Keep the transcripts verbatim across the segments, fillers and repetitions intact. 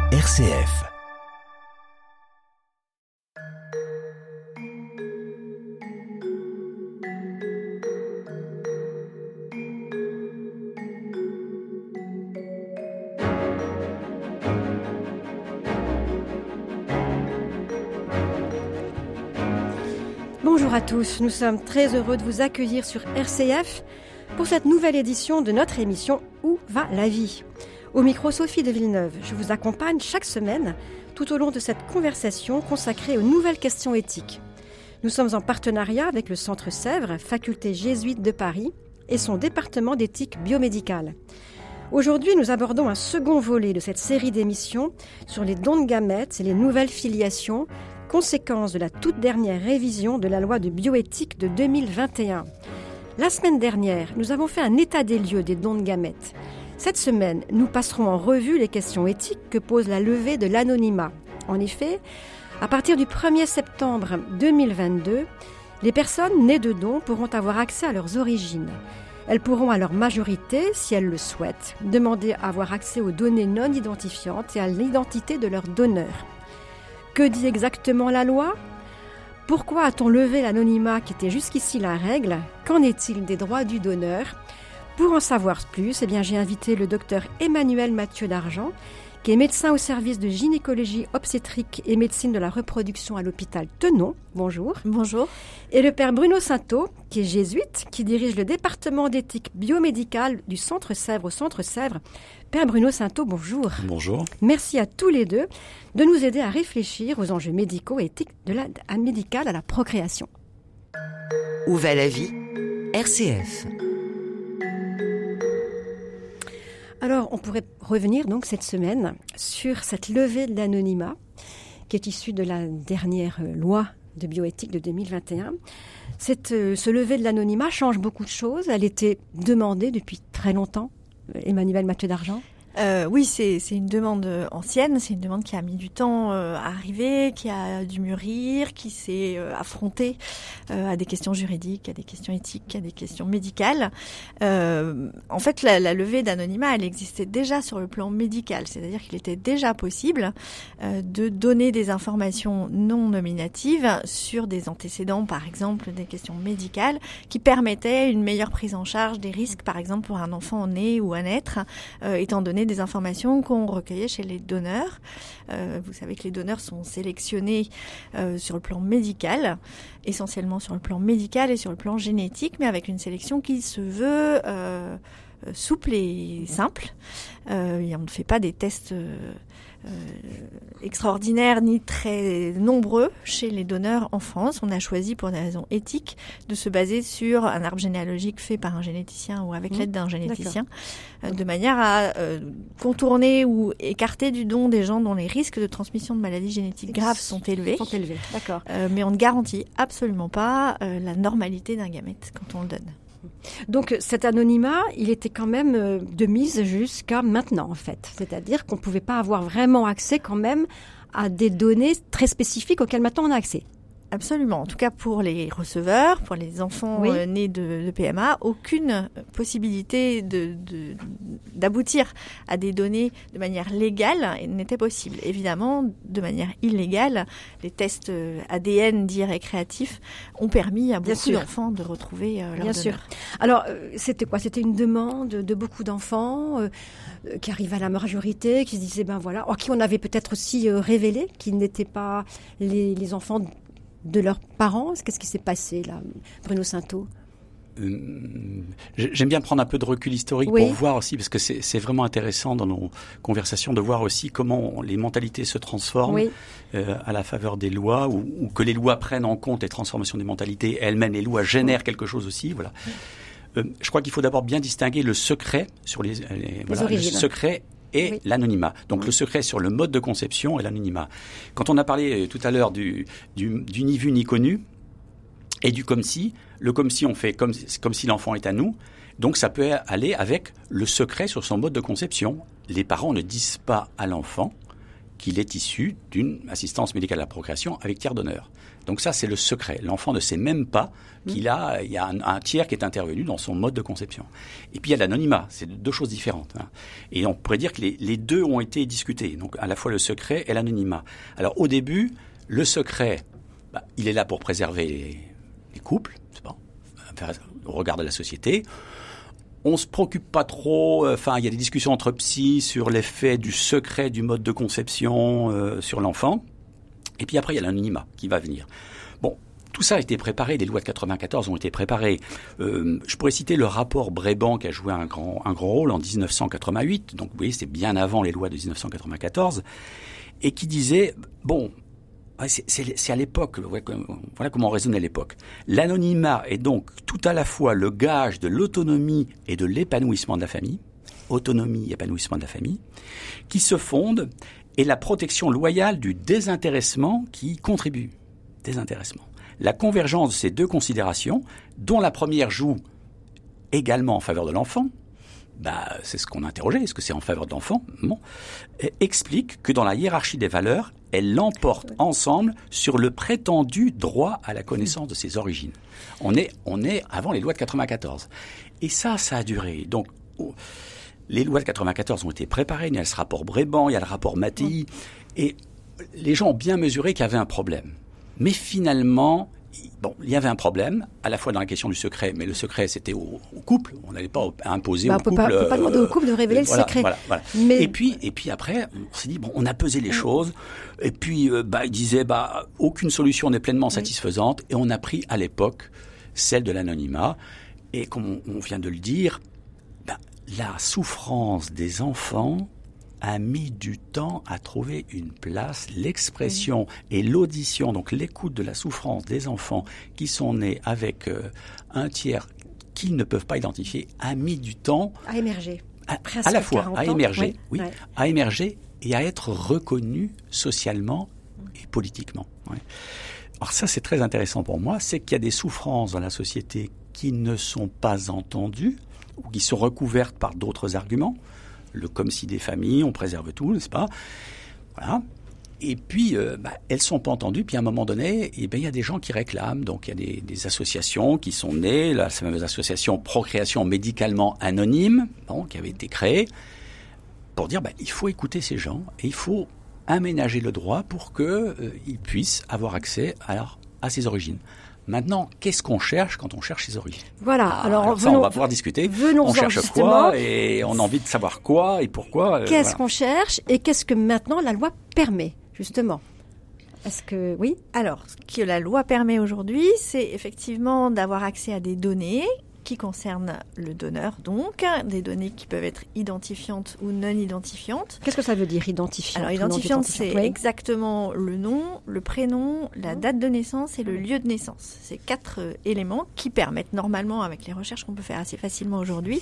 R C F. Bonjour à tous, nous sommes très heureux de vous accueillir sur R C F pour cette nouvelle édition de notre émission Où va la vie ? Au micro Sophie de Villeneuve, je vous accompagne chaque semaine tout au long de cette conversation consacrée aux nouvelles questions éthiques. Nous sommes en partenariat avec le Centre Sèvres, faculté jésuite de Paris, et son département d'éthique biomédicale. Aujourd'hui, nous abordons un second volet de cette série d'émissions sur les dons de gamètes et les nouvelles filiations, conséquence de la toute dernière révision de la loi de bioéthique de deux mille vingt et un. La semaine dernière, nous avons fait un état des lieux des dons de gamètes. Cette semaine, nous passerons en revue les questions éthiques que pose la levée de l'anonymat. En effet, à partir du premier septembre deux mille vingt-deux, les personnes nées de dons pourront avoir accès à leurs origines. Elles pourront à leur majorité, si elles le souhaitent, demander à avoir accès aux données non identifiantes et à l'identité de leur donneur. Que dit exactement la loi ? Pourquoi a-t-on levé l'anonymat qui était jusqu'ici la règle ? Qu'en est-il des droits du donneur ? Pour en savoir plus, eh bien, j'ai invité le docteur Emmanuel Mathieu d'Argent, qui est médecin au service de gynécologie obstétrique et médecine de la reproduction à l'hôpital Tenon. Bonjour. Bonjour. Et le père Bruno Sainteau, qui est jésuite, qui dirige le département d'éthique biomédicale du Centre Sèvres au Centre Sèvres. Père Bruno Sainteau, bonjour. Bonjour. Merci à tous les deux de nous aider à réfléchir aux enjeux médicaux et éthiques de l'aide médicale à la procréation. Où va la vie ? R C F. Alors, on pourrait revenir donc cette semaine sur cette levée de l'anonymat qui est issue de la dernière loi de bioéthique de deux mille vingt et un. Cette, euh, ce lever de l'anonymat change beaucoup de choses. Elle était demandée depuis très longtemps. Emmanuel Mathieu d'Argent. Euh, oui, c'est, c'est une demande ancienne, c'est une demande qui a mis du temps euh, à arriver, qui a dû mûrir, qui s'est euh, affrontée euh, à des questions juridiques, à des questions éthiques, à des questions médicales. Euh, en fait, la, la levée d'anonymat, elle existait déjà sur le plan médical, c'est-à-dire qu'il était déjà possible euh, de donner des informations non nominatives sur des antécédents, par exemple, des questions médicales, qui permettaient une meilleure prise en charge des risques, par exemple, pour un enfant né ou à naître, euh, étant donné des informations qu'on recueillait chez les donneurs. Euh, vous savez que les donneurs sont sélectionnés euh, sur le plan médical, essentiellement sur le plan médical et sur le plan génétique, mais avec une sélection qui se veut euh, souple et simple. Euh, et on ne fait pas des tests euh, euh, extraordinaires ni très nombreux chez les donneurs en France. On a choisi, pour des raisons éthiques, de se baser sur un arbre généalogique fait par un généticien ou avec mmh. l'aide d'un généticien, euh, de manière à euh, contourner ou écarter du don des gens dont les risques de transmission de maladies génétiques graves sont élevés. Sont élevés, d'accord. Euh, mais on ne garantit absolument pas euh, la normalité d'un gamète quand on le donne. Donc cet anonymat, il était quand même de mise jusqu'à maintenant en fait. C'est-à-dire qu'on ne pouvait pas avoir vraiment accès quand même à des données très spécifiques auxquelles maintenant on a accès. Absolument. En tout cas, pour les receveurs, pour les enfants oui. euh, nés de, de P M A, aucune possibilité de, de, d'aboutir à des données de manière légale n'était possible. Évidemment, de manière illégale, les tests A D N dits récréatifs ont permis à beaucoup d'enfants de retrouver euh, leur Bien donneur. sûr. Alors, euh, c'était quoi ? C'était une demande de beaucoup d'enfants euh, qui arrivaient à la majorité, qui se disaient, ben voilà, à qui on avait peut-être aussi euh, révélé qu'ils n'étaient pas les, les enfants de leurs parents. Qu'est-ce qui s'est passé là, Bruno Sainteau ? euh, J'aime bien prendre un peu de recul historique oui. pour voir aussi, parce que c'est, c'est vraiment intéressant dans nos conversations de voir aussi comment les mentalités se transforment oui. euh, à la faveur des lois, ou, ou que les lois prennent en compte les transformations des mentalités elles-mêmes. Les lois génèrent oui. quelque chose aussi. Voilà. Oui. Euh, je crois qu'il faut d'abord bien distinguer le secret sur les, les, les voilà, le secret et oui. l'anonymat. Donc oui. le secret sur le mode de conception et l'anonymat. Quand on a parlé tout à l'heure du, du, du ni vu ni connu et du comme si, le comme si on fait comme, comme si l'enfant est à nous, donc ça peut aller avec le secret sur son mode de conception. Les parents ne disent pas à l'enfant qu'il est issu d'une assistance médicale à la procréation avec tiers donneur. Donc ça, c'est le secret. L'enfant ne sait même pas qu'il a, il y a un, un tiers qui est intervenu dans son mode de conception. Et puis il y a l'anonymat. C'est deux choses différentes. Hein. Et on pourrait dire que les, les deux ont été discutés. Donc à la fois le secret et l'anonymat. Alors au début, le secret, bah, il est là pour préserver les, les couples, c'est pas, au regard de la société. On se préoccupe pas trop. Enfin, euh, il y a des discussions entre psys sur l'effet du secret du mode de conception euh, sur l'enfant. Et puis après, il y a l'anonymat qui va venir. Bon, tout ça a été préparé. Les lois de quatre-vingt-quatorze ont été préparées. Euh, je pourrais citer le rapport Brébant qui a joué un grand, un grand rôle en dix-neuf cent quatre-vingt-huit. Donc, vous voyez, c'est bien avant les lois de dix-neuf cent quatre-vingt-quatorze. Et qui disait, bon, c'est, c'est, c'est à l'époque, voilà comment on raisonnait à l'époque. L'anonymat est donc tout à la fois le gage de l'autonomie et de l'épanouissement de la famille. Autonomie et épanouissement de la famille. Qui se fonde et la protection loyale du désintéressement qui y contribue. Désintéressement. La convergence de ces deux considérations, dont la première joue également en faveur de l'enfant, bah, c'est ce qu'on a interrogé, est-ce que c'est en faveur de l'enfant ? Bon. Explique que dans la hiérarchie des valeurs, elles l'emportent ensemble sur le prétendu droit à la connaissance de ses origines. On est, on est avant les lois de quatre-vingt-quatorze. Et ça, ça a duré. Donc, oh, les lois de quatre-vingt-quatorze ont été préparées, il y a ce rapport Brébant, il y a le rapport Mattei, et les gens ont bien mesuré qu'il y avait un problème. Mais finalement, bon, il y avait un problème, à la fois dans la question du secret, mais le secret c'était au, au couple, on n'allait pas imposer bah, au couple. On ne peut pas demander au couple de révéler euh, le voilà, secret. Voilà, voilà. Mais... Et puis, et puis après, on s'est dit bon, on a pesé les choses, et puis euh, bah, il disait bah aucune solution n'est pleinement satisfaisante, et on a pris à l'époque celle de l'anonymat, et comme on, on vient de le dire. La souffrance des enfants a mis du temps à trouver une place. L'expression mmh. et l'audition, donc l'écoute de la souffrance des enfants qui sont nés avec euh, un tiers qu'ils ne peuvent pas identifier, a mis du temps à émerger. À, à la fois à émerger, oui, oui ouais. à émerger et à être reconnu socialement et politiquement. Ouais. Alors ça, c'est très intéressant pour moi, c'est qu'il y a des souffrances dans la société qui ne sont pas entendues, ou qui sont recouvertes par d'autres arguments, le comme si des familles, on préserve tout, n'est-ce pas ? Voilà. Et puis, euh, bah, elles sont pas entendues. Puis à un moment donné, eh ben, il y a des gens qui réclament. Donc il y a des, des associations qui sont nées, la fameuse association Procréation médicalement anonyme, bon, qui avait été créée pour dire, bah, il faut écouter ces gens et il faut aménager le droit pour qu'ils euh, puissent avoir accès à, à ses origines. Maintenant, qu'est-ce qu'on cherche quand on cherche ses origines ? Voilà. Ah, alors, alors ça, venons, on va pouvoir discuter. On cherche quoi et on a envie de savoir quoi et pourquoi. Qu'est-ce euh, voilà. qu'on cherche et qu'est-ce que maintenant la loi permet, justement ? Est-ce que oui ? Alors, ce que la loi permet aujourd'hui, c'est effectivement d'avoir accès à des données qui concernent le donneur, donc des données qui peuvent être identifiantes ou non identifiantes. Qu'est-ce que ça veut dire identifiante ? Alors identifiante, c'est oui. exactement le nom, le prénom, la date de naissance et le lieu de naissance. C'est quatre euh, éléments qui permettent normalement, avec les recherches qu'on peut faire assez facilement aujourd'hui,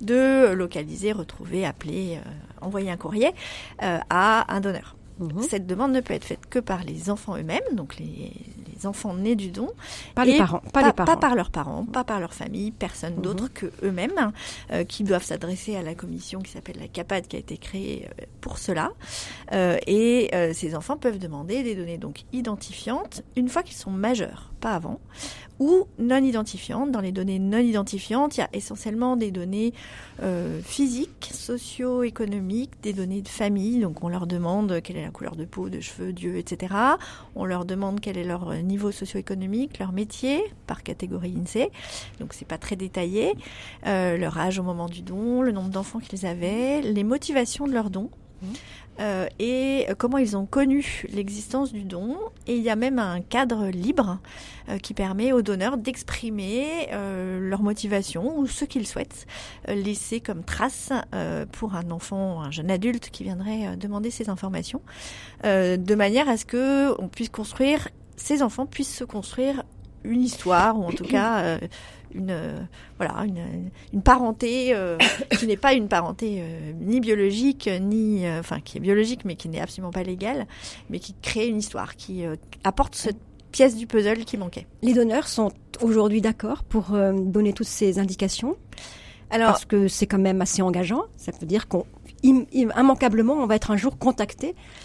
de localiser, retrouver, appeler, euh, envoyer un courrier euh, à un donneur. Mmh. Cette demande ne peut être faite que par les enfants eux-mêmes, donc les, les enfants nés du don. Pas les parents, pas, pas les parents. Pas par leurs parents, pas par leur famille, personne mmh. d'autre que eux-mêmes, euh, qui doivent s'adresser à la commission qui s'appelle la CAPAD, qui a été créée euh, pour cela. Euh, et euh, ces enfants peuvent demander des données donc identifiantes une fois qu'ils sont majeurs, pas avant, ou non identifiantes. Dans les données non identifiantes, il y a essentiellement des données euh, physiques, socio-économiques, des données de famille. Donc on leur demande quelle est la couleur de peau, de cheveux, d'yeux, et cetera. On leur demande quel est leur niveau socio-économique, leur métier par catégorie INSEE. Donc c'est pas très détaillé. Euh, leur âge au moment du don, le nombre d'enfants qu'ils avaient, les motivations de leur don. Mmh. Euh, et comment ils ont connu l'existence du don. Et il y a même un cadre libre euh, qui permet aux donneurs d'exprimer euh, leur motivation ou ce qu'ils souhaitent euh, laisser comme trace euh, pour un enfant, un jeune adulte qui viendrait euh, demander ces informations, euh, de manière à ce que on puisse construire, ces enfants puissent se construire une histoire, ou en tout cas euh, une euh, voilà une, une parenté euh, qui n'est pas une parenté euh, ni biologique ni euh, enfin qui est biologique mais qui n'est absolument pas légale, mais qui crée une histoire, qui euh, apporte cette pièce du puzzle qui manquait. Les donneurs sont aujourd'hui d'accord pour euh, donner toutes ces indications. Alors, parce que c'est quand même assez engageant. Ça veut dire qu'on im, im, immanquablement on va être un jour contacté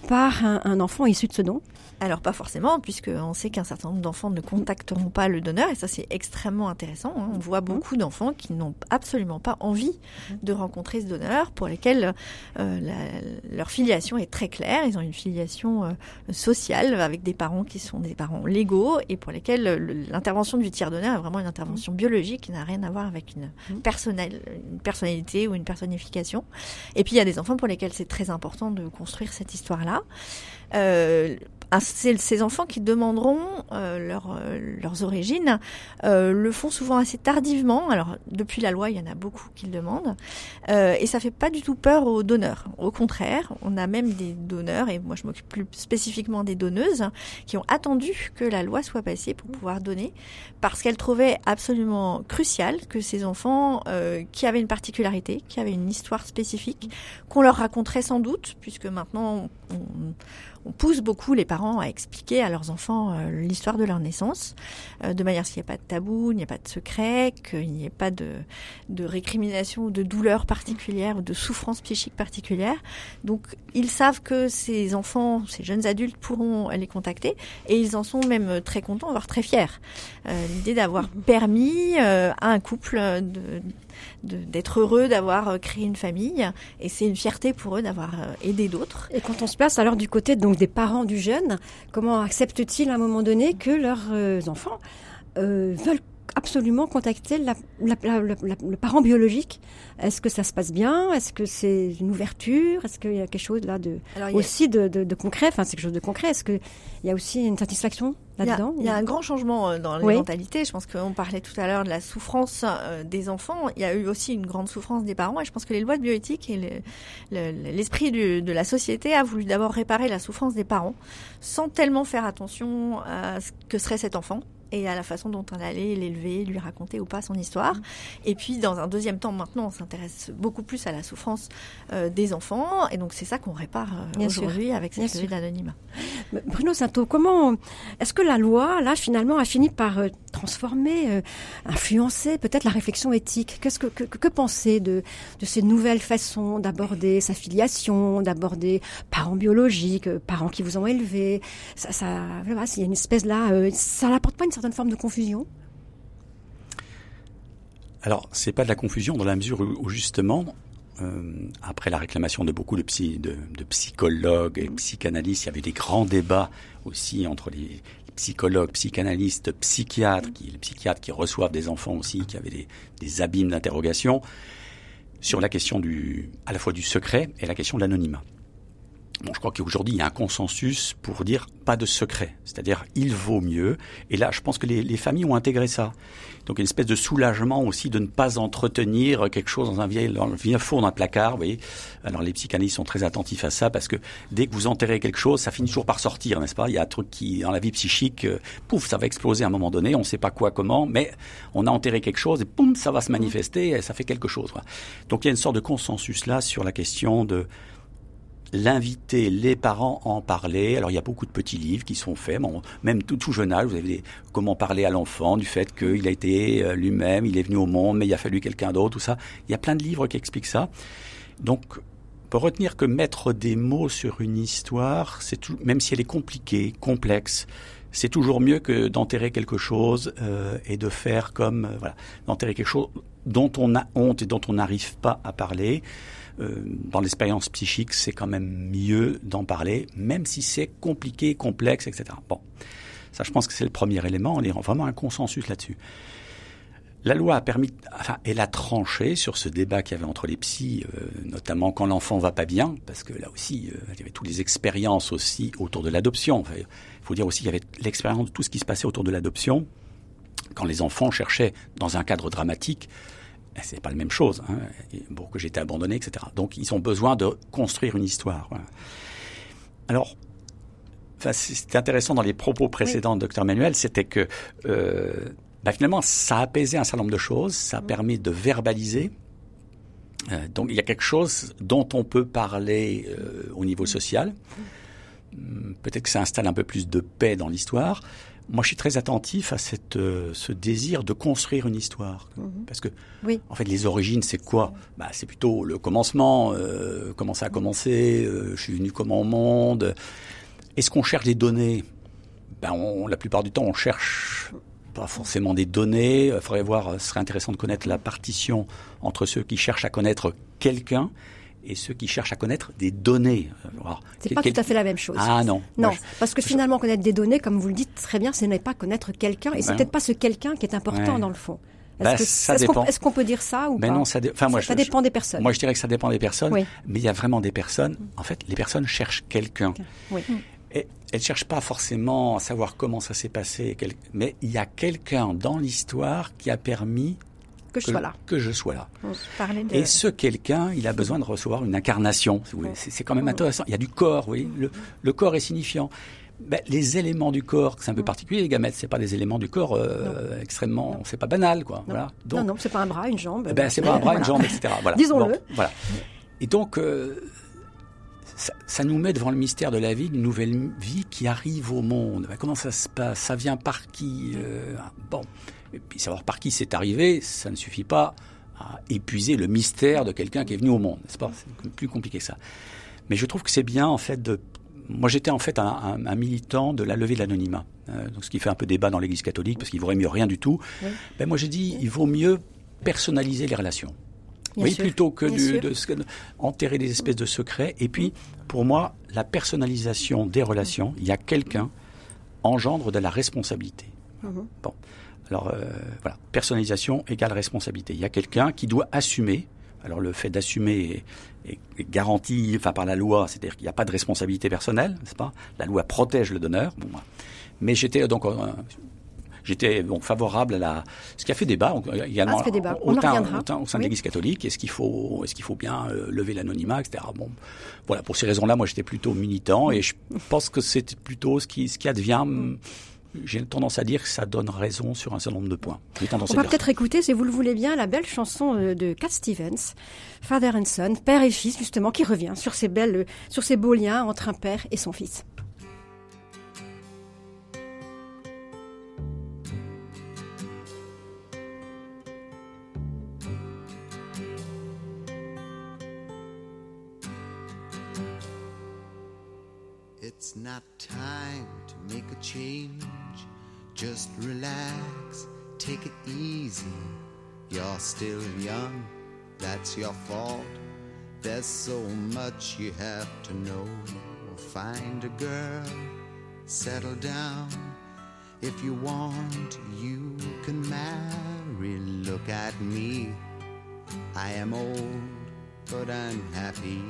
par un, un enfant issu de ce don ? Alors pas forcément, puisqu'on sait qu'un certain nombre d'enfants ne contacteront pas le donneur, et ça c'est extrêmement intéressant. Hein. On voit beaucoup d'enfants qui n'ont absolument pas envie de rencontrer ce donneur, pour lesquels euh, la, leur filiation est très claire. Ils ont une filiation euh, sociale avec des parents qui sont des parents légaux, et pour lesquels le, l'intervention du tiers-donneur est vraiment une intervention biologique qui n'a rien à voir avec une, personnelle, une personnalité ou une personnification. Et puis il y a des enfants pour lesquels c'est très important de construire cette histoire-là. Euh, C'est ces enfants qui demanderont euh, leur, euh, leurs origines, euh, le font souvent assez tardivement. Alors, depuis la loi, il y en a beaucoup qui le demandent. Euh, et ça fait pas du tout peur aux donneurs. Au contraire, on a même des donneurs, et moi je m'occupe plus spécifiquement des donneuses, qui ont attendu que la loi soit passée pour pouvoir donner, parce qu'elles trouvaient absolument crucial que ces enfants euh, qui avaient une particularité, qui avaient une histoire spécifique, qu'on leur raconterait sans doute, puisque maintenant on, on pousse beaucoup les parents à expliquer à leurs enfants euh, l'histoire de leur naissance, euh, de manière à ce qu'il n'y ait pas de tabou, il n'y ait pas de secret, qu'il n'y ait pas de, de récrimination ou de douleur particulière ou de souffrance psychique particulière. Donc, ils savent que ces enfants, ces jeunes adultes pourront les contacter, et ils en sont même très contents, voire très fiers. Euh, l'idée d'avoir permis euh, à un couple de, de, d'être heureux, d'avoir créé une famille, et c'est une fierté pour eux d'avoir aidé d'autres. Et quand on se place alors du côté donc des parents du jeune, comment acceptent-ils à un moment donné que leurs euh, enfants euh, veulent absolument contacter la, la, la, la, la, le parent biologique? Est-ce que ça se passe bien? Est-ce que c'est une ouverture? Est-ce qu'il y a quelque chose là de Alors, aussi a... de, de, de concret? Enfin, c'est quelque chose de concret. Est-ce qu'il y a aussi une satisfaction là-dedans? Il y a, il y a un grand changement dans les oui. mentalités. Je pense qu'on parlait tout à l'heure de la souffrance des enfants. Il y a eu aussi une grande souffrance des parents. Et je pense que les lois de bioéthique et le, le, l'esprit du, de la société a voulu d'abord réparer la souffrance des parents, sans tellement faire attention à ce que serait cet enfant et à la façon dont on allait l'élever, lui raconter ou pas son histoire. Mmh. Et puis, dans un deuxième temps, maintenant, on s'intéresse beaucoup plus à la souffrance euh, des enfants. Et donc, c'est ça qu'on répare euh, aujourd'hui sûr. Avec cette levée d'anonymat. Bruno Sainteau, comment est-ce que la loi, là, finalement, a fini par euh, transformer, euh, influencer peut-être la réflexion éthique? Qu'est-ce que, que, que penser de, de ces nouvelles façons d'aborder sa filiation, d'aborder parents biologiques, euh, parents qui vous ont élevé? Ça, ça, voilà, il y a une espèce là, euh, ça n'apporte pas une certaine forme de confusion? Alors, c'est pas de la confusion dans la mesure où, où justement, euh, après la réclamation de beaucoup de, psy, de, de psychologues et psychanalystes, il y avait des grands débats aussi entre les psychologues, psychanalystes, psychiatres, qui, les psychiatres qui reçoivent des enfants aussi, qui avaient des, des abîmes d'interrogation, sur la question du, à la fois du secret et la question de l'anonymat. Bon, je crois qu'aujourd'hui, il y a un consensus pour dire pas de secret. C'est-à-dire, il vaut mieux. Et là, je pense que les, les familles ont intégré ça. Donc, une espèce de soulagement aussi de ne pas entretenir quelque chose dans un vieil, dans un vieil four, dans un placard, vous voyez. Alors, les psychanalystes sont très attentifs à ça parce que dès que vous enterrez quelque chose, ça finit toujours par sortir, n'est-ce pas? Il y a un truc qui, dans la vie psychique, euh, pouf, ça va exploser à un moment donné. On ne sait pas quoi, comment, mais on a enterré quelque chose et poum, ça va se manifester et ça fait quelque chose. Voilà. Donc, il y a une sorte de consensus là sur la question de l'inviter les parents à en parler. Alors, il y a beaucoup de petits livres qui sont faits, bon, même tout, tout jeune âge. Vous avez des, comment parler à l'enfant du fait qu'il a été euh, lui-même, il est venu au monde, mais il a fallu quelqu'un d'autre, tout ça. Il y a plein de livres qui expliquent ça. Donc, pour retenir que mettre des mots sur une histoire, c'est tout, même si elle est compliquée, complexe, c'est toujours mieux que d'enterrer quelque chose euh, et de faire comme, euh, voilà, d'enterrer quelque chose dont on a honte et dont on n'arrive pas à parler. Euh, dans l'expérience psychique, c'est quand même mieux d'en parler, même si c'est compliqué, complexe, et cetera. Bon, ça, je pense que c'est le premier élément. On est vraiment un consensus là-dessus. La loi a permis, enfin, elle a tranché sur ce débat qu'il y avait entre les psys, euh, notamment quand l'enfant va pas bien, parce que là aussi, euh, il y avait toutes les expériences aussi autour de l'adoption. Enfin, il faut dire aussi qu'il y avait l'expérience de tout ce qui se passait autour de l'adoption, quand les enfants cherchaient, dans un cadre dramatique, c'est pas la même chose, hein, pour que j'ai été abandonné, et cetera. Donc, ils ont besoin de construire une histoire. Voilà. Alors, enfin, c'était intéressant dans les propos précédents oui. de docteur Manuel, c'était que euh, bah, finalement, ça a apaisé un certain nombre de choses, ça a permis de verbaliser. Euh, donc, il y a quelque chose dont on peut parler euh, au niveau social. Peut-être que ça installe un peu plus de paix dans l'histoire. moi, je suis très attentif à cette, euh, ce désir de construire une histoire. Mmh. Parce que, oui. en fait, les origines, c'est quoi ? Bah, c'est plutôt le commencement, euh, comment ça a commencé, euh, je suis venu comment au monde. Est-ce qu'on cherche des données ? Ben, on, la plupart du temps, on cherche pas forcément des données. Il faudrait voir, ce serait intéressant de connaître la partition entre ceux qui cherchent à connaître quelqu'un et ceux qui cherchent à connaître des données. Alors, c'est quel, pas quel... tout à fait la même chose. Ah non. Non, je... parce que finalement, je... connaître des données, comme vous le dites très bien, ce n'est pas connaître quelqu'un, et ben... c'est peut-être pas ce quelqu'un qui est important ouais. dans le fond. Est-ce, ben, que, ça est-ce, dépend. Qu'on, est-ce qu'on peut dire ça ou ben pas non, ça, dé... enfin, moi, ça, ça je, dépend des personnes. Moi, je dirais que ça dépend des personnes, oui. mais il y a vraiment des personnes. En fait, les personnes cherchent quelqu'un. Oui. Et elles ne cherchent pas forcément à savoir comment ça s'est passé, mais il y a quelqu'un dans l'histoire qui a permis que je que, sois là. Que je sois là. De... Et ce quelqu'un, il a besoin de recevoir une incarnation. Si vous voulez. C'est, c'est quand même intéressant. Il y a du corps, oui. Le, le corps est signifiant. Ben, les éléments du corps, c'est un peu particulier, les gamètes, c'est pas des éléments du corps euh, extrêmement, non. c'est pas banal, quoi. Non. Voilà. Donc, non, non, c'est pas un bras, une jambe. Ben, c'est pas un bras, voilà. une jambe, et cetera. Voilà. Disons-le. Bon, voilà. Et donc, euh, ça, ça nous met devant le mystère de la vie, une nouvelle vie qui arrive au monde. Ben, comment ça se passe ? Ça vient par qui ? euh, Bon, et puis savoir par qui c'est arrivé, ça ne suffit pas à épuiser le mystère de quelqu'un qui est venu au monde, n'est-ce pas ? C'est plus compliqué que ça. Mais je trouve que c'est bien, en fait, de Moi, j'étais en fait un, un, un militant de la levée de l'anonymat, euh, donc ce qui fait un peu débat dans l'Église catholique, parce qu'il vaudrait mieux rien du tout. Oui. Ben moi, j'ai dit, il vaut mieux personnaliser les relations, bien oui, sûr. plutôt que du, de, de, de enterrer des espèces de secrets. Et puis, pour moi, la personnalisation des relations, il y a quelqu'un engendre de la responsabilité. Mm-hmm. Bon, alors euh, voilà, personnalisation égale responsabilité. Il y a quelqu'un qui doit assumer. Alors le fait d'assumer est, est, est garanti, enfin par la loi, c'est-à-dire qu'il n'y a pas de responsabilité personnelle, n'est-ce pas ? La loi protège le donneur. Bon, mais j'étais donc euh, j'étais donc favorable à la ce qui a fait débat également ah, fait débat. au, au, sein, au, au sein de l'Église catholique. Est-ce qu'il faut est-ce qu'il faut bien euh, lever l'anonymat, et cetera. Bon, voilà, pour ces raisons-là, moi j'étais plutôt militant et je pense que c'est plutôt ce qui ce qui advient. J'ai tendance à dire que ça donne raison sur un certain nombre de points. On va peut-être écouter, si vous le voulez bien, la belle chanson de Cat Stevens, Father and Son, père et fils, justement, qui revient sur ces belles, sur ces beaux liens entre un père et son fils. It's not time to make a change. Just relax, take it easy. You're still young, that's your fault. There's so much you have to know. Find a girl, settle down. If you want, you can marry. Look at me, I am old, but I'm happy.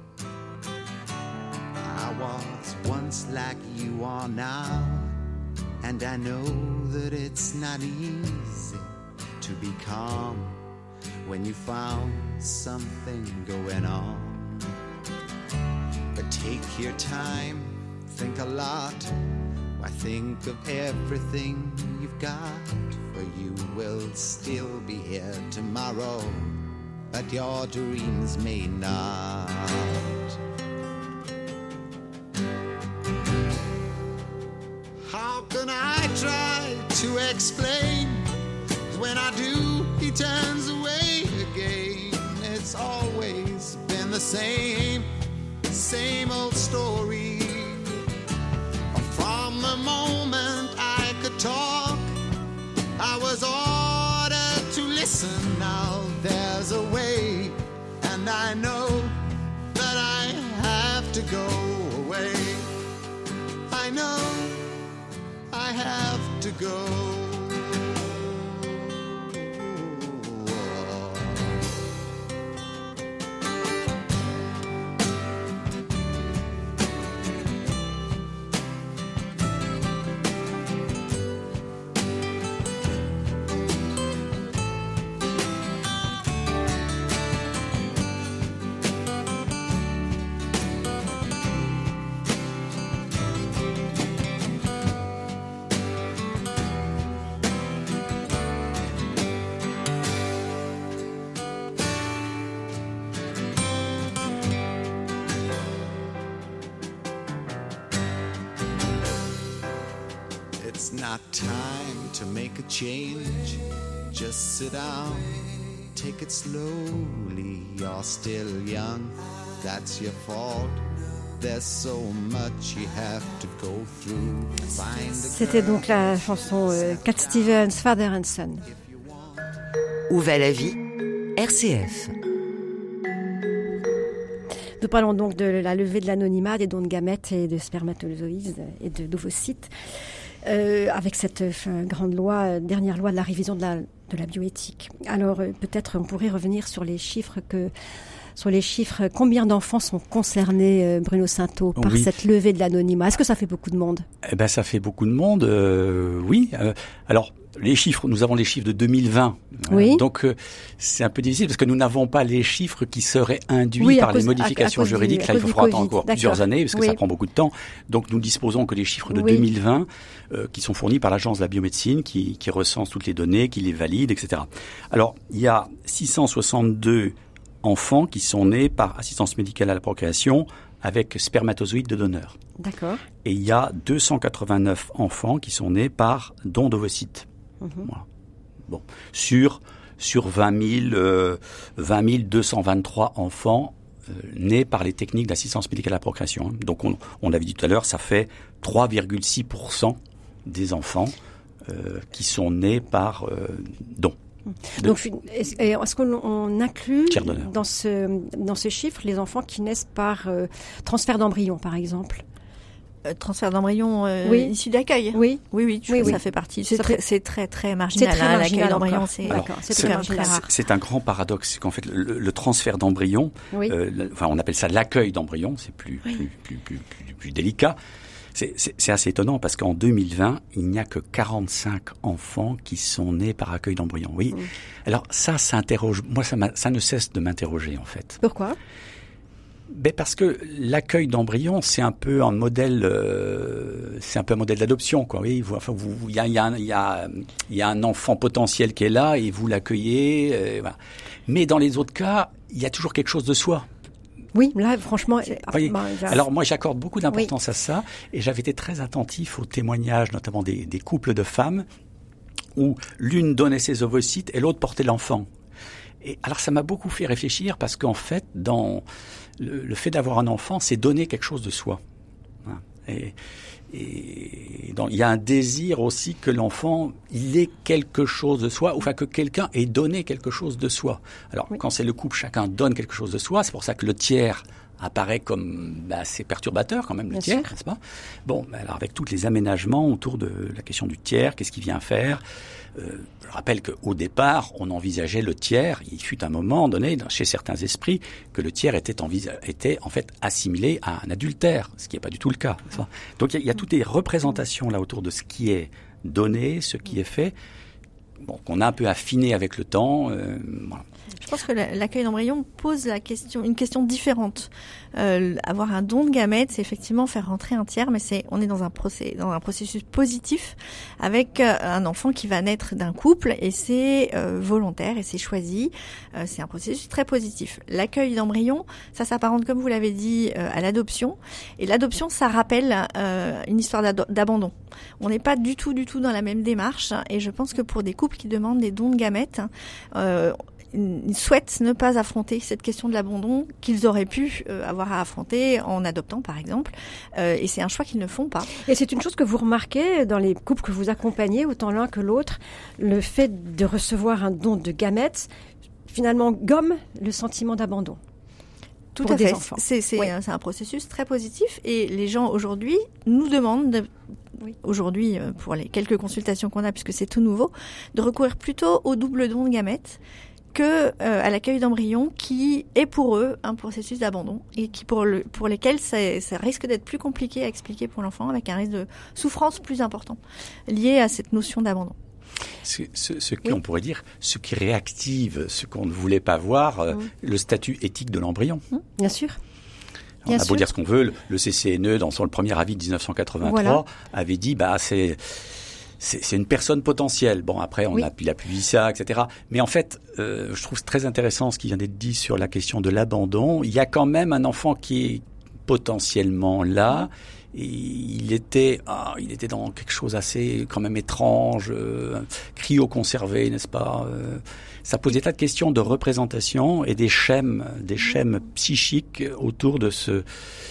I was once like you are now, and I know that it's not easy to be calm when you found something going on. But take your time, think a lot. Why, think of everything you've got, for you will still be here tomorrow, but your dreams may not. How can I try to explain? When I do, he turns away again. It's always been the same, same old story. From the moment I could talk, I was ordered to listen. Now there's a way, and I know that I have to go away. I know I have to go. It's not time to make a change. Just sit down, take it slowly. You're still young, that's your fault. There's so much you have to go through. Find a C'était donc la chanson euh, Cat Stevens, Father and Son. Où va la vie? R C F. Nous parlons donc de la levée de l'anonymat des dons de gamètes et de spermatozoïdes et de d'ovocytes euh, avec cette euh, grande loi, euh, dernière loi de la révision de la, de la bioéthique. Alors euh, peut-être on pourrait revenir sur les chiffres que sur les chiffres. Combien d'enfants sont concernés, euh, Bruno Sainteau, par oui. cette levée de l'anonymat? Est-ce que ça fait beaucoup de monde? Eh ben, ça fait beaucoup de monde, euh, oui. Euh, alors, les chiffres, nous avons les chiffres de deux mille vingt. Oui. Euh, donc, euh, c'est un peu difficile parce que nous n'avons pas les chiffres qui seraient induits oui, par cause, les modifications à, à juridiques. du, Là, il faudra attendre encore D'accord. plusieurs années parce que oui. ça prend beaucoup de temps. Donc, nous ne disposons que des chiffres de oui. deux mille vingt euh, qui sont fournis par l'Agence de la biomédecine qui, qui recense toutes les données, qui les valide, et cetera. Alors, il y a six cent soixante-deux enfants qui sont nés par assistance médicale à la procréation avec spermatozoïdes de donneur. D'accord. Et il y a deux cent quatre-vingt-neuf enfants qui sont nés par don d'ovocytes. Mm-hmm. Voilà. Bon, sur sur vingt mille, euh, vingt mille deux cent vingt-trois enfants euh, nés par les techniques d'assistance médicale à la procréation. Hein. Donc on, on l'avait dit tout à l'heure, ça fait trois virgule six pour cent des enfants euh, qui sont nés par euh, don. De... Donc, est-ce, est-ce qu'on on inclut dans ce, dans ce chiffre les enfants qui naissent par euh, transfert d'embryon, par exemple? Euh, transfert d'embryon euh, oui. issu d'accueil. Oui, oui, oui, oui, ça oui. fait partie. C'est, Ça très, fait... c'est très, très marginal. C'est très hein, marginal. L'accueil d'embryon, c'est, Alors, c'est, c'est, c'est quand même très rare. C'est un grand paradoxe, c'est qu'en fait, le, le transfert d'embryon, oui. euh, le, enfin, on appelle ça l'accueil d'embryon, c'est plus, oui. plus, plus, plus, plus, plus délicat. C'est, c'est, c'est assez étonnant parce qu'en deux mille vingt, il n'y a que quarante-cinq enfants qui sont nés par accueil d'embryon. Oui. Mmh. Alors ça, ça interroge. Moi, ça, ça ne cesse de m'interroger en fait. Pourquoi? Ben parce que l'accueil d'embryon, c'est un peu un modèle, euh, c'est un peu un modèle d'adoption, quoi. Oui, vous, enfin, vous, il y a, il y a, il y a, il y a un enfant potentiel qui est là et vous l'accueillez. Euh, voilà. Mais dans les autres cas, il y a toujours quelque chose de soi. Oui, là, franchement... Voyez, bah, alors moi, j'accorde beaucoup d'importance oui. à ça, et j'avais été très attentif aux témoignages, notamment des, des couples de femmes, où l'une donnait ses ovocytes et l'autre portait l'enfant. Et alors, ça m'a beaucoup fait réfléchir, parce qu'en fait, dans le, le fait d'avoir un enfant, c'est donner quelque chose de soi. Et... Et donc, il y a un désir aussi que l'enfant, il ait quelque chose de soi, ou enfin que quelqu'un ait donné quelque chose de soi. Alors, oui. quand c'est le couple, chacun donne quelque chose de soi. C'est pour ça que le tiers apparaît comme bah, c'est perturbateur quand même, le Bien tiers, sûr. n'est-ce pas? Bon, alors avec tous les aménagements autour de la question du tiers, qu'est-ce qu'il vient faire? Euh, je rappelle qu'au départ, on envisageait le tiers. Il fut un moment donné, chez certains esprits, que le tiers était, envisa- était en fait assimilé à un adultère, ce qui n'est pas du tout le cas. n'est-ce pas? Donc il y, y a toutes les représentations là autour de ce qui est donné, ce qui est fait, bon, qu'on a un peu affiné avec le temps. Euh, voilà. Je pense que l'accueil d'embryon pose la question, une question différente. Euh, avoir un don de gamètes, c'est effectivement faire rentrer un tiers, mais c'est, on est dans un procès, dans un processus positif avec euh, un enfant qui va naître d'un couple et c'est euh, volontaire et c'est choisi. Euh, c'est un processus très positif. L'accueil d'embryon, ça s'apparente, comme vous l'avez dit, euh, à l'adoption. Et l'adoption, ça rappelle euh, une histoire d'ado- d'abandon. On n'est pas du tout, du tout dans la même démarche. Et je pense que pour des couples qui demandent des dons de gamètes, euh, ils souhaitent ne pas affronter cette question de l'abandon qu'ils auraient pu euh, avoir à affronter en adoptant, par exemple. Euh, et c'est un choix qu'ils ne font pas. Et c'est une chose que vous remarquez dans les couples que vous accompagnez, autant l'un que l'autre, le fait de recevoir un don de gamètes, finalement, gomme le sentiment d'abandon. Tout pour à des fait. Enfants. C'est, c'est, oui. un, c'est un processus très positif. Et les gens, aujourd'hui, nous demandent... De, Oui. aujourd'hui, pour les quelques consultations qu'on a, puisque c'est tout nouveau, de recourir plutôt au double don de gamètes que euh, à l'accueil d'embryons, qui est pour eux un processus d'abandon et qui pour le pour lesquels ça, ça risque d'être plus compliqué à expliquer pour l'enfant, avec un risque de souffrance plus important lié à cette notion d'abandon. Ce, ce, ce qui, oui. on pourrait dire, ce qui réactive ce qu'on ne voulait pas voir, euh, oui. le statut éthique de l'embryon. Mmh, bien sûr. On Bien a sûr. beau dire ce qu'on veut, le C C N E, dans son le premier avis de dix-neuf cent quatre-vingt-trois, voilà. avait dit, bah, c'est, c'est, c'est une personne potentielle. Bon, après, on oui. a, il a publié ça, et cetera. Mais en fait, euh, je trouve très intéressant ce qui vient d'être dit sur la question de l'abandon. Il y a quand même un enfant qui est potentiellement là. Et il était, ah, il était dans quelque chose assez quand même étrange, euh, cryoconservé, n'est-ce pas euh, Ça posait des tas de questions de représentation et des schèmes, des schèmes psychiques autour de ce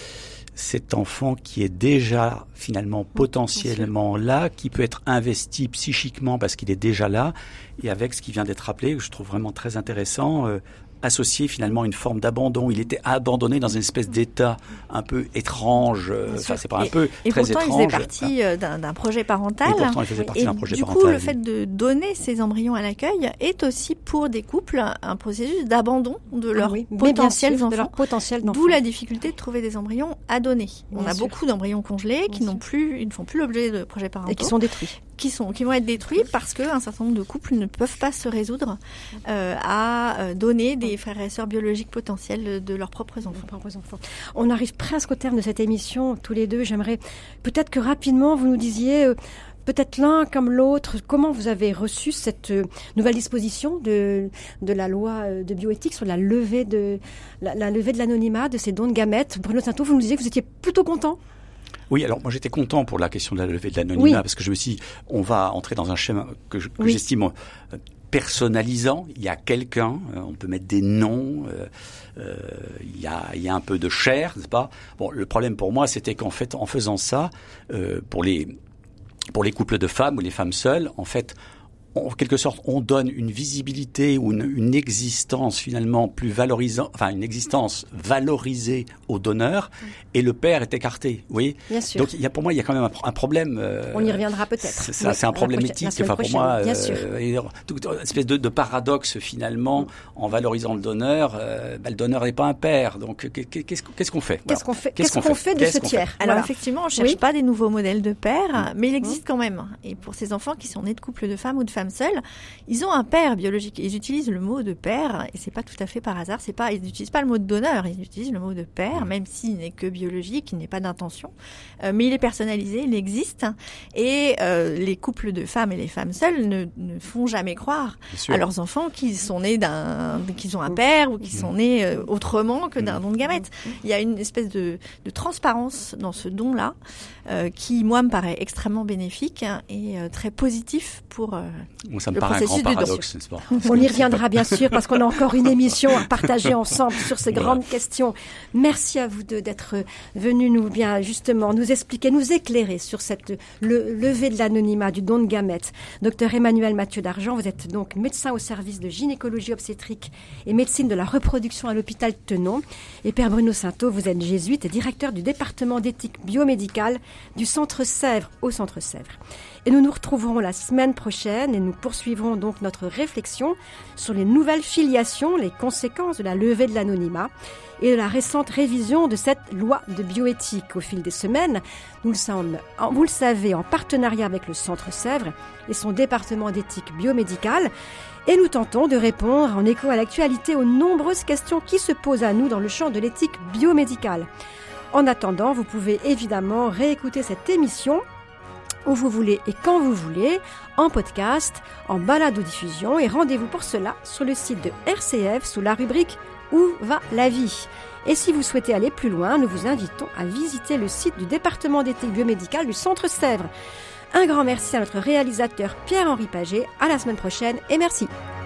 cet enfant qui est déjà finalement potentiellement là, qui peut être investi psychiquement parce qu'il est déjà là, et avec ce qui vient d'être rappelé, que je trouve vraiment très intéressant. Euh, associé finalement à une forme d'abandon. Il était abandonné dans une espèce d'état un peu étrange. Enfin, c'est pas un peu et, très et pourtant, étrange. il faisait partie euh, d'un, d'un projet parental. Et pourtant, il faisait partie et d'un projet du parental. coup, le fait de donner ces embryons à l'accueil est aussi pour des couples un processus d'abandon de leurs ah oui, potentiels sûr, enfants. De leur potentiel d'enfants. D'où la difficulté de trouver des embryons à donner. Bien On a sûr. beaucoup d'embryons congelés qui bien n'ont plus, ils ne font plus l'objet de projets parentaux. Et qui sont détruits. Qui sont, qui vont être détruits parce qu'un certain nombre de couples ne peuvent pas se résoudre euh, à donner des frères et sœurs biologiques potentiels de leurs propres enfants. propres enfants. On arrive presque au terme de cette émission, tous les deux. J'aimerais peut-être que rapidement vous nous disiez, euh, peut-être l'un comme l'autre, comment vous avez reçu cette euh, nouvelle disposition de, de la loi euh, de bioéthique sur la levée de, la, la levée de l'anonymat de ces dons de gamètes. Bruno Sainteau, vous nous disiez que vous étiez plutôt content. Oui, alors moi j'étais content pour la question de la levée de l'anonymat oui. parce que je me suis dit, on va entrer dans un schéma que, je, que oui. j'estime euh, personnalisant. Il y a quelqu'un, euh, on peut mettre des noms, euh, euh, il y a, il y a un peu de chair, n'est-ce pas ? Bon, le problème pour moi, c'était qu'en fait, en faisant ça, euh, pour les pour les couples de femmes ou les femmes seules, en fait, en quelque sorte, on donne une visibilité ou une, une existence finalement plus valorisante, enfin une existence valorisée au donneur, et le père est écarté. Vous voyez ? Bien sûr. Donc il y a pour moi il y a quand même un, un problème. Euh, on y reviendra peut-être. C'est, ça, oui, c'est un problème éthique. Enfin pour moi, bien sûr. Euh, une espèce de, de paradoxe finalement en valorisant le donneur. Euh, bah, le donneur n'est pas un père. Donc qu'est-ce, qu'est-ce qu'on fait ? Qu'est-ce qu'on fait Qu'est-ce qu'on, qu'est-ce qu'on fait de ce tiers ? Alors voilà. Effectivement, on cherche oui. pas des nouveaux modèles de pères, mais il existe quand même. Et pour ces enfants qui sont nés de couples de femmes ou de femmes seules, ils ont un père biologique. Ils utilisent le mot de père, et c'est pas tout à fait par hasard. C'est pas, ils n'utilisent pas le mot de donneur, ils utilisent le mot de père, même s'il n'est que biologique, il n'est pas d'intention. Euh, mais il est personnalisé, il existe. Et euh, les couples de femmes et les femmes seules ne, ne font jamais croire à leurs enfants qu'ils sont nés d'un, qu'ils ont un père ou qu'ils sont nés euh, autrement que d'un don de gamètes. Il y a une espèce de, de transparence dans ce don-là euh, qui, moi, me paraît extrêmement bénéfique hein, et euh, très positif pour euh, bon, ça me le paraît processus un grand paradoxe, n'est-ce pas ? On y reviendra bien sûr parce qu'on a encore une émission à partager ensemble sur ces voilà. grandes questions. Merci à vous deux d'être venus nous bien justement nous expliquer, nous éclairer sur cette le, levée de l'anonymat du don de gamètes. Docteur Emmanuel Mathieu d'Argent, vous êtes donc médecin au service de gynécologie obstétrique et médecine de la reproduction à l'hôpital Tenon. Et Père Bruno Sainteau, vous êtes jésuite et directeur du département d'éthique biomédicale du Centre Sèvres au Centre Sèvres. Et nous nous retrouverons la semaine prochaine et nous poursuivrons donc notre réflexion sur les nouvelles filiations, les conséquences de la levée de l'anonymat et de la récente révision de cette loi de bioéthique. Au fil des semaines, nous le sommes, vous le savez, en partenariat avec le Centre Sèvres et son département d'éthique biomédicale. Et nous tentons de répondre en écho à l'actualité aux nombreuses questions qui se posent à nous dans le champ de l'éthique biomédicale. En attendant, vous pouvez évidemment réécouter cette émission où vous voulez et quand vous voulez, en podcast, en balado-diffusion, et rendez-vous pour cela sur le site de R C F sous la rubrique « Où va la vie ?» Et si vous souhaitez aller plus loin, nous vous invitons à visiter le site du département d'éthique biomédicale du Centre Sèvres. Un grand merci à notre réalisateur Pierre-Henri Paget. À la semaine prochaine et merci.